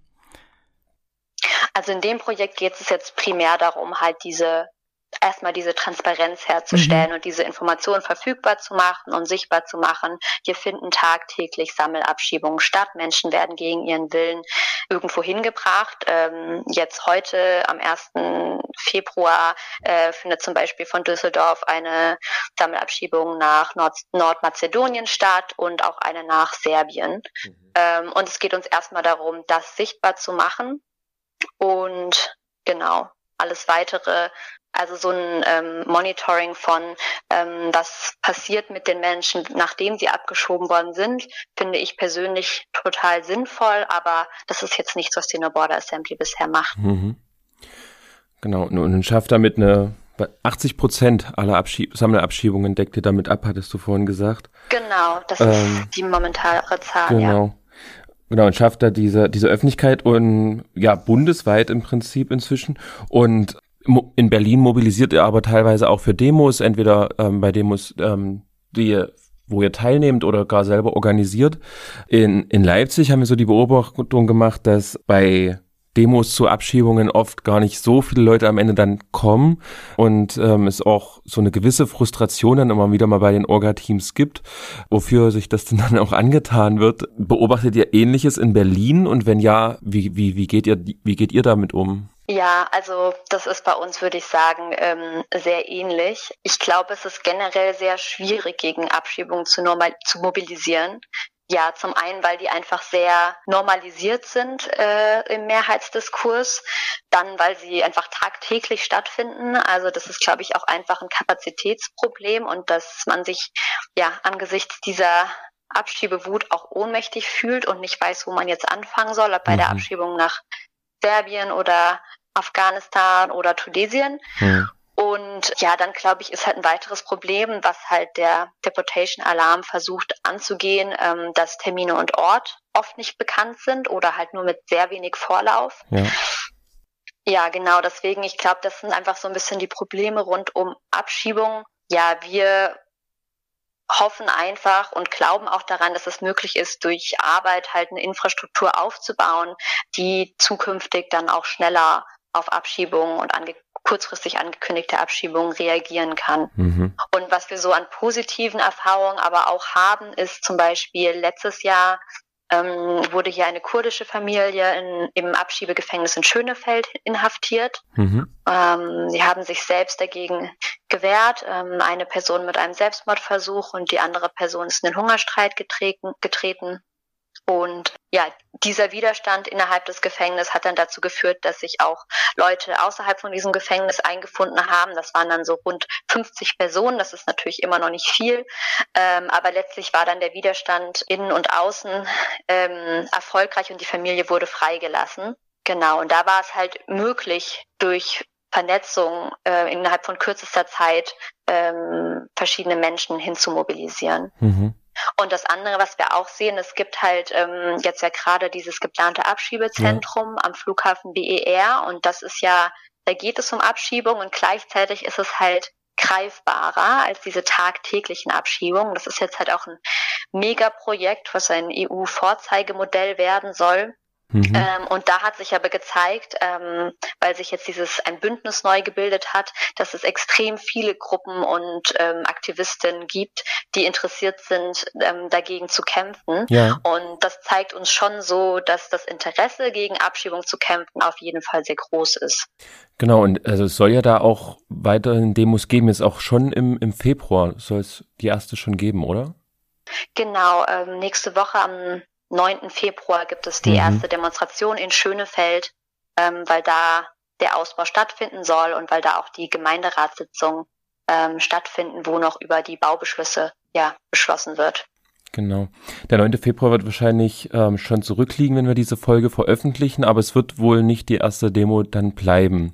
Also in dem Projekt geht es jetzt primär darum, halt diese erstmal diese Transparenz herzustellen mhm. und diese Informationen verfügbar zu machen und sichtbar zu machen. Hier finden tagtäglich Sammelabschiebungen statt. Menschen werden gegen ihren Willen irgendwo hingebracht. Ähm, jetzt heute am ersten Februar äh, findet zum Beispiel von Düsseldorf eine Sammelabschiebung nach Nord- Nordmazedonien statt und auch eine nach Serbien. Mhm. Ähm, und es geht uns erstmal darum, das sichtbar zu machen und genau, alles weitere, also so ein ähm, Monitoring von, ähm, was passiert mit den Menschen, nachdem sie abgeschoben worden sind, finde ich persönlich total sinnvoll, aber das ist jetzt nichts, was die No Border Assembly bisher macht. Mhm. Genau, und schafft damit eine, achtzig Prozent aller Abschieb- Sammelabschiebungen deckt ihr damit ab, hattest du vorhin gesagt. Genau, das ähm, ist die momentane Zahl, genau. Genau, und schafft da diese, diese Öffentlichkeit und ja, bundesweit im Prinzip inzwischen. Und in Berlin mobilisiert er aber teilweise auch für Demos, entweder ähm, bei Demos, ähm, die wo ihr teilnehmt oder gar selber organisiert. In, in Leipzig haben wir so die Beobachtung gemacht, dass bei Demos zu Abschiebungen oft gar nicht so viele Leute am Ende dann kommen und ähm, es auch so eine gewisse Frustration dann immer wieder mal bei den Orga-Teams gibt, wofür sich das dann auch angetan wird. Beobachtet ihr Ähnliches in Berlin und wenn ja, wie, wie, wie geht ihr, wie geht ihr damit um? Ja, also das ist bei uns, würde ich sagen, ähm, sehr ähnlich. Ich glaube, es ist generell sehr schwierig, gegen Abschiebungen zu, normal- zu mobilisieren. Ja, zum einen, weil die einfach sehr normalisiert sind äh, im Mehrheitsdiskurs, dann, weil sie einfach tagtäglich stattfinden. Also das ist, glaube ich, auch einfach ein Kapazitätsproblem und dass man sich ja angesichts dieser Abschiebewut auch ohnmächtig fühlt und nicht weiß, wo man jetzt anfangen soll, ob bei mhm. der Abschiebung nach Serbien oder Afghanistan oder Tunesien. Mhm. Und ja, dann glaube ich, ist halt ein weiteres Problem, was halt der Deportation Alarm versucht anzugehen, ähm, dass Termine und Ort oft nicht bekannt sind oder halt nur mit sehr wenig Vorlauf. Ja, ja genau, deswegen, ich glaube, das sind einfach so ein bisschen die Probleme rund um Abschiebung. Ja, wir hoffen einfach und glauben auch daran, dass es möglich ist, durch Arbeit halt eine Infrastruktur aufzubauen, die zukünftig dann auch schneller auf Abschiebungen und ange- kurzfristig angekündigte Abschiebungen reagieren kann. Mhm. Und was wir so an positiven Erfahrungen aber auch haben, ist zum Beispiel letztes Jahr ähm, wurde hier eine kurdische Familie in, im Abschiebegefängnis in Schönefeld inhaftiert. Mhm. Ähm, sie haben sich selbst dagegen gewehrt. Ähm, eine Person mit einem Selbstmordversuch und die andere Person ist in den Hungerstreik getreten. getreten. Und ja, dieser Widerstand innerhalb des Gefängnisses hat dann dazu geführt, dass sich auch Leute außerhalb von diesem Gefängnis eingefunden haben. Das waren dann so rund fünfzig Personen. Das ist natürlich immer noch nicht viel. Ähm, aber letztlich war dann der Widerstand innen und außen ähm, erfolgreich und die Familie wurde freigelassen. Genau. Und da war es halt möglich, durch Vernetzung äh, innerhalb von kürzester Zeit ähm, verschiedene Menschen hinzumobilisieren. Mhm. Und das andere, was wir auch sehen, es gibt halt ähm, jetzt ja gerade dieses geplante Abschiebezentrum ja. am Flughafen B E R und das ist ja, da geht es um Abschiebung und gleichzeitig ist es halt greifbarer als diese tagtäglichen Abschiebungen. Das ist jetzt halt auch ein Megaprojekt, was ein E U-Vorzeigemodell werden soll. Mhm. Ähm, und da hat sich aber gezeigt, ähm, weil sich jetzt dieses ein Bündnis neu gebildet hat, dass es extrem viele Gruppen und ähm, Aktivistinnen gibt, die interessiert sind, ähm, dagegen zu kämpfen. Ja. Und das zeigt uns schon so, dass das Interesse gegen Abschiebung zu kämpfen auf jeden Fall sehr groß ist. Genau, und also es soll ja da auch weiterhin Demos geben, jetzt auch schon im, im Februar soll es die erste schon geben, oder? Genau, ähm, nächste Woche am neunten Februar gibt es die mhm. erste Demonstration in Schönefeld, ähm, weil da der Ausbau stattfinden soll und weil da auch die Gemeinderatssitzungen ähm, stattfinden, wo noch über die Baubeschlüsse ja beschlossen wird. Genau. Der neunte Februar wird wahrscheinlich ähm, schon zurückliegen, wenn wir diese Folge veröffentlichen, aber es wird wohl nicht die erste Demo dann bleiben.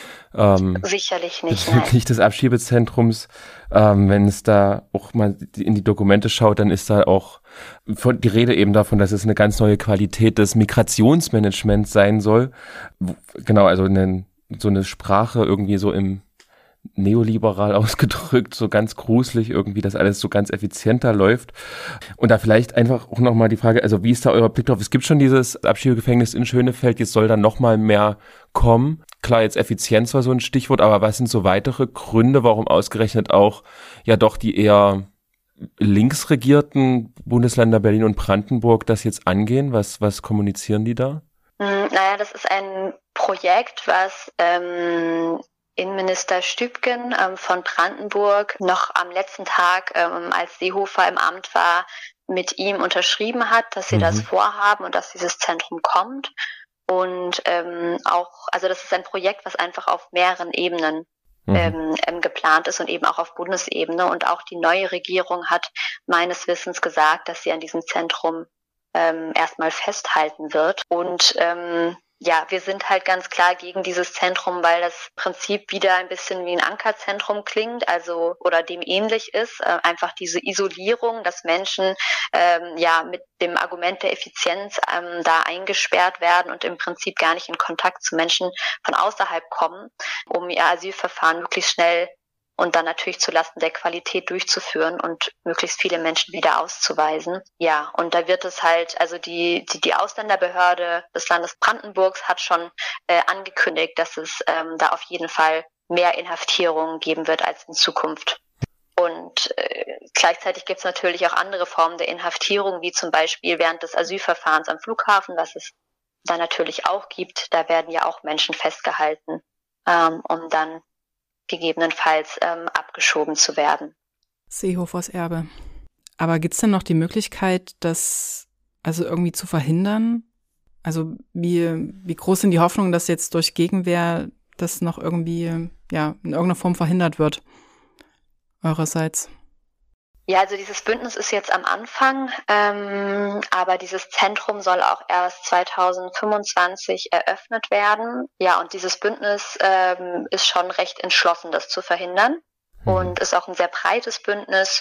Ähm, Sicherlich nicht. Bezüglich des Abschiebezentrums, ähm, wenn es da auch mal in die Dokumente schaut, dann ist da auch von, die Rede eben davon, dass es eine ganz neue Qualität des Migrationsmanagements sein soll. Genau, also eine, so eine Sprache irgendwie so im neoliberal ausgedrückt, so ganz gruselig irgendwie, dass alles so ganz effizienter läuft. Und da vielleicht einfach auch nochmal die Frage, also wie ist da euer Blick drauf? Es gibt schon dieses Abschiebegefängnis in Schönefeld, jetzt soll dann nochmal mehr kommen. Klar, jetzt Effizienz war so ein Stichwort, aber was sind so weitere Gründe, warum ausgerechnet auch ja doch die eher links regierten Bundesländer Berlin und Brandenburg das jetzt angehen? Was, was kommunizieren die da? Naja, das ist ein Projekt, was ähm, Innenminister Stübgen ähm, von Brandenburg noch am letzten Tag, ähm, als Seehofer im Amt war, mit ihm unterschrieben hat, dass sie mhm. das vorhaben und dass dieses Zentrum kommt. Und ähm, auch, also das ist ein Projekt, was einfach auf mehreren Ebenen mhm. ähm, ähm, geplant ist und eben auch auf Bundesebene. Und auch die neue Regierung hat meines Wissens gesagt, dass sie an diesem Zentrum ähm, erstmal festhalten wird. Und ähm, ja, wir sind halt ganz klar gegen dieses Zentrum, weil das Prinzip wieder ein bisschen wie ein Ankerzentrum klingt, also oder dem ähnlich ist. Äh, einfach diese Isolierung, dass Menschen ähm, ja mit dem Argument der Effizienz ähm, da eingesperrt werden und im Prinzip gar nicht in Kontakt zu Menschen von außerhalb kommen, um ihr Asylverfahren wirklich schnell und dann natürlich zulasten der Qualität durchzuführen und möglichst viele Menschen wieder auszuweisen. Ja, und da wird es halt, also die die, die Ausländerbehörde des Landes Brandenburgs hat schon äh, angekündigt, dass es ähm, da auf jeden Fall mehr Inhaftierungen geben wird als in Zukunft. Und äh, gleichzeitig gibt es natürlich auch andere Formen der Inhaftierung, wie zum Beispiel während des Asylverfahrens am Flughafen, was es da natürlich auch gibt. Da werden ja auch Menschen festgehalten, ähm, um dann gegebenenfalls ähm, abgeschoben zu werden. Seehofers Erbe. Aber gibt's denn noch die Möglichkeit, das also irgendwie zu verhindern? Also wie, wie groß sind die Hoffnungen, dass jetzt durch Gegenwehr das noch irgendwie ja in irgendeiner Form verhindert wird? Eurerseits? Ja, also dieses Bündnis ist jetzt am Anfang, ähm, aber dieses Zentrum soll auch erst zweitausendfünfundzwanzig eröffnet werden. Ja, und dieses Bündnis ähm, ist schon recht entschlossen, das zu verhindern mhm. und ist auch ein sehr breites Bündnis.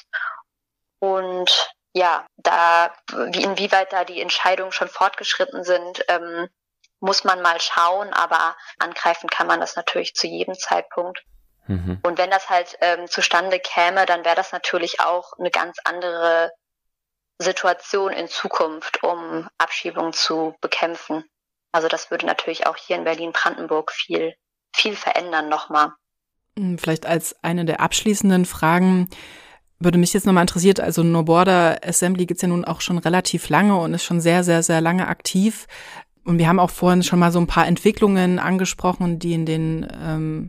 Und ja, da wie inwieweit da die Entscheidungen schon fortgeschritten sind, ähm, muss man mal schauen, aber angreifen kann man das natürlich zu jedem Zeitpunkt. Mhm. Und wenn das halt ähm, zustande käme, dann wäre das natürlich auch eine ganz andere Situation in Zukunft, um Abschiebungen zu bekämpfen. Also das würde natürlich auch hier in Berlin-Brandenburg viel, viel verändern nochmal. Vielleicht als eine der abschließenden Fragen würde mich jetzt nochmal interessiert, also No Border Assembly gibt's ja nun auch schon relativ lange und ist schon sehr, sehr, sehr lange aktiv. Und wir haben auch vorhin schon mal so ein paar Entwicklungen angesprochen, die in den ähm,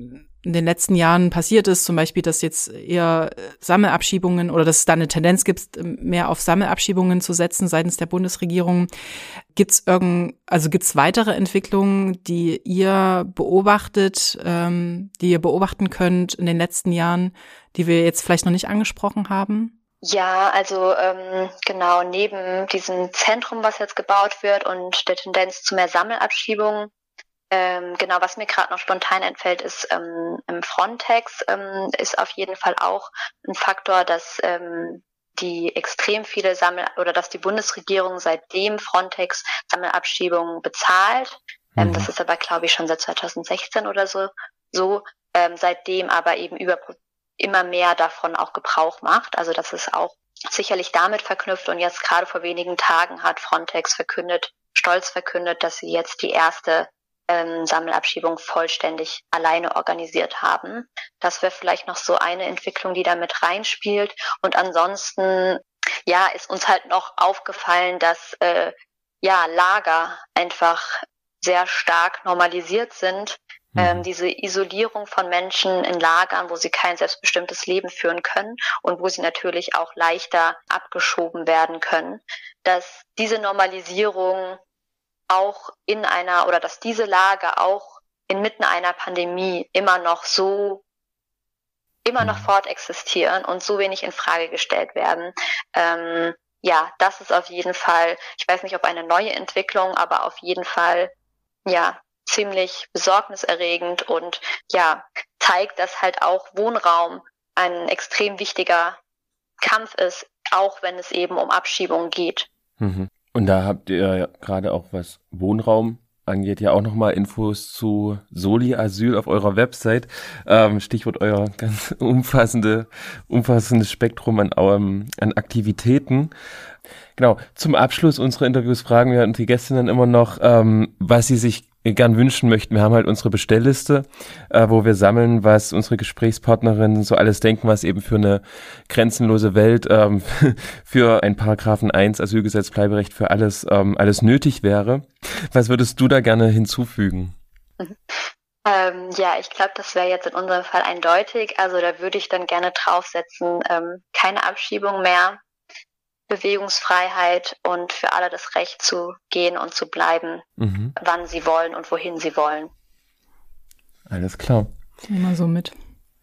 in den letzten Jahren passiert ist, zum Beispiel, dass jetzt eher Sammelabschiebungen oder dass es da eine Tendenz gibt, mehr auf Sammelabschiebungen zu setzen seitens der Bundesregierung. Gibt's irgend, also gibt's weitere Entwicklungen, die ihr beobachtet, ähm, die ihr beobachten könnt in den letzten Jahren, die wir jetzt vielleicht noch nicht angesprochen haben? Ja, also ähm, genau, neben diesem Zentrum, was jetzt gebaut wird und der Tendenz zu mehr Sammelabschiebungen, Ähm, genau, was mir gerade noch spontan einfällt, ist ähm, Frontex ähm, ist auf jeden Fall auch ein Faktor, dass ähm, die extrem viele Sammel- oder dass die Bundesregierung seitdem Frontex Sammelabschiebungen bezahlt. Mhm. Ähm, das ist aber, glaube ich, schon seit zweitausendsechzehn oder so. So ähm, seitdem aber eben über immer mehr davon auch Gebrauch macht. Also das ist auch sicherlich damit verknüpft. Und jetzt gerade vor wenigen Tagen hat Frontex verkündet, stolz verkündet, dass sie jetzt die erste Ähm, Sammelabschiebung vollständig alleine organisiert haben. Das wäre vielleicht noch so eine Entwicklung, die da mit reinspielt. Und ansonsten, ja, ist uns halt noch aufgefallen, dass äh, ja Lager einfach sehr stark normalisiert sind. Mhm. Ähm, diese Isolierung von Menschen in Lagern, wo sie kein selbstbestimmtes Leben führen können und wo sie natürlich auch leichter abgeschoben werden können, dass diese Normalisierung auch in einer, oder dass diese Lage auch inmitten einer Pandemie immer noch so, immer noch fortexistieren und so wenig in Frage gestellt werden. Ähm, ja, das ist auf jeden Fall, ich weiß nicht, ob eine neue Entwicklung, aber auf jeden Fall, ja, ziemlich besorgniserregend und ja, zeigt, dass halt auch Wohnraum ein extrem wichtiger Kampf ist, auch wenn es eben um Abschiebungen geht. Mhm. Und da habt ihr ja gerade auch, was Wohnraum angeht, ja auch nochmal Infos zu Soli Asyl auf eurer Website. Ähm, Stichwort euer ganz umfassende, umfassendes Spektrum an, um, an Aktivitäten. Genau, zum Abschluss unserer Interviews fragen wir die Gäste dann immer noch, ähm, was sie sich gern wünschen möchten. Wir haben halt unsere Bestellliste, äh, wo wir sammeln, was unsere Gesprächspartnerinnen so alles denken, was eben für eine grenzenlose Welt, ähm, für ein Paragraphen eins Asylgesetz, Bleiberecht für alles, ähm, alles nötig wäre. Was würdest du da gerne hinzufügen? Mhm. Ähm, ja, ich glaube, das wäre jetzt in unserem Fall eindeutig. Also da würde ich dann gerne draufsetzen, ähm, keine Abschiebung mehr, Bewegungsfreiheit und für alle das Recht zu gehen und zu bleiben, mhm. wann sie wollen und wohin sie wollen. Alles klar. Immer so mit.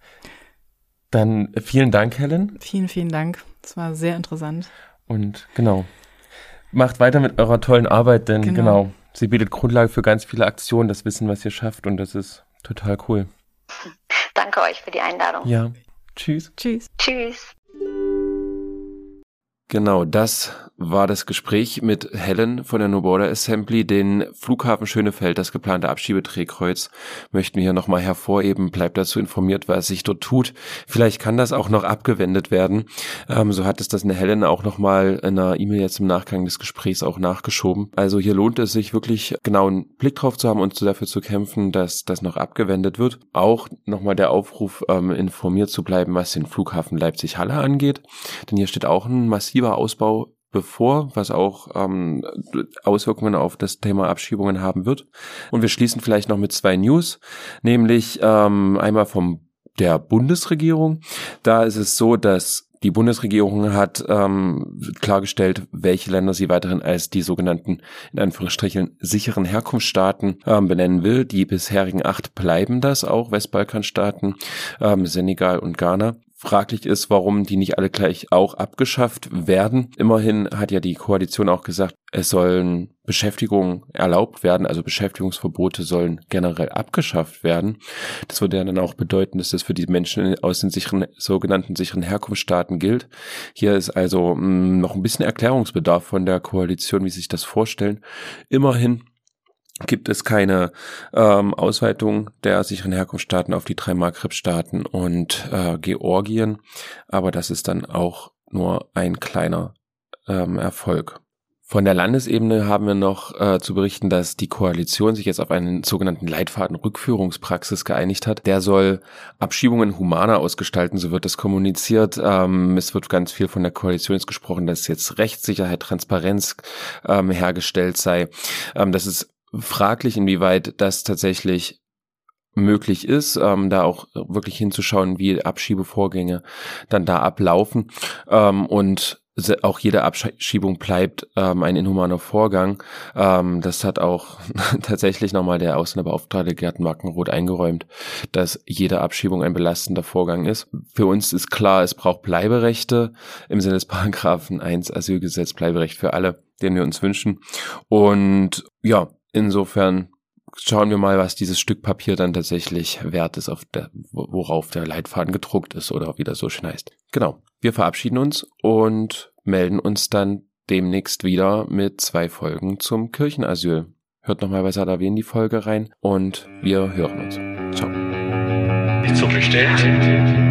Dann vielen Dank, Helen. Vielen, vielen Dank. Das war sehr interessant. Und genau, macht weiter mit eurer tollen Arbeit, denn genau, genau sie bietet Grundlage für ganz viele Aktionen, das Wissen, was ihr schafft, und das ist total cool. Danke euch für die Einladung. Ja, tschüss. Tschüss. Tschüss. Genau, das war das Gespräch mit Helen von der No Border Assembly. Den Flughafen Schönefeld, das geplante Abschiebedrehkreuz, möchten wir hier nochmal hervorheben. Bleibt dazu informiert, was sich dort tut. Vielleicht kann das auch noch abgewendet werden. Ähm, so hat es das eine Helen auch nochmal in einer E-Mail jetzt im Nachgang des Gesprächs auch nachgeschoben. Also hier lohnt es sich wirklich genau einen Blick drauf zu haben und dafür zu kämpfen, dass das noch abgewendet wird. Auch nochmal der Aufruf, ähm, informiert zu bleiben, was den Flughafen Leipzig-Halle angeht. Denn hier steht auch ein massiver Ausbau bevor, was auch ähm, Auswirkungen auf das Thema Abschiebungen haben wird. Und wir schließen vielleicht noch mit zwei News, nämlich ähm, einmal vom der Bundesregierung. Da ist es so, dass die Bundesregierung hat ähm, klargestellt, welche Länder sie weiterhin als die sogenannten, in Anführungsstrichen, sicheren Herkunftsstaaten ähm, benennen will. Die bisherigen acht bleiben das auch, Westbalkanstaaten, ähm, Senegal und Ghana. Fraglich ist, warum die nicht alle gleich auch abgeschafft werden. Immerhin hat ja die Koalition auch gesagt, es sollen Beschäftigungen erlaubt werden, also Beschäftigungsverbote sollen generell abgeschafft werden. Das würde ja dann auch bedeuten, dass das für die Menschen aus den sicheren, sogenannten sicheren Herkunftsstaaten gilt. Hier ist also mh, noch ein bisschen Erklärungsbedarf von der Koalition, wie sie sich das vorstellen. Immerhin gibt es keine ähm, Ausweitung der sicheren Herkunftsstaaten auf die drei Maghreb-Staaten und äh, Georgien, aber das ist dann auch nur ein kleiner ähm, Erfolg. Von der Landesebene haben wir noch äh, zu berichten, dass die Koalition sich jetzt auf einen sogenannten Leitfaden Rückführungspraxis geeinigt hat. Der soll Abschiebungen humaner ausgestalten, so wird es kommuniziert. Ähm, es wird ganz viel von der Koalition jetzt gesprochen, dass jetzt Rechtssicherheit, Transparenz ähm, hergestellt sei. Ähm, das ist fraglich, inwieweit das tatsächlich möglich ist, ähm, da auch wirklich hinzuschauen, wie Abschiebevorgänge dann da ablaufen. Ähm, und auch jede Abschiebung bleibt ähm, ein inhumaner Vorgang. Ähm, das hat auch tatsächlich nochmal der Ausländerbeauftragte Gerd Markenroth eingeräumt, dass jede Abschiebung ein belastender Vorgang ist. Für uns ist klar, es braucht Bleiberechte im Sinne des Paragraphen eins Asylgesetz, Bleiberecht für alle, den wir uns wünschen. Und ja, insofern schauen wir mal, was dieses Stück Papier dann tatsächlich wert ist, auf der, worauf der Leitfaden gedruckt ist oder wie das so schön heißt. Genau, wir verabschieden uns und melden uns dann demnächst wieder mit zwei Folgen zum Kirchenasyl. Hört nochmal bei Sadawi in die Folge rein und wir hören uns. Ciao. Nicht so bestellt.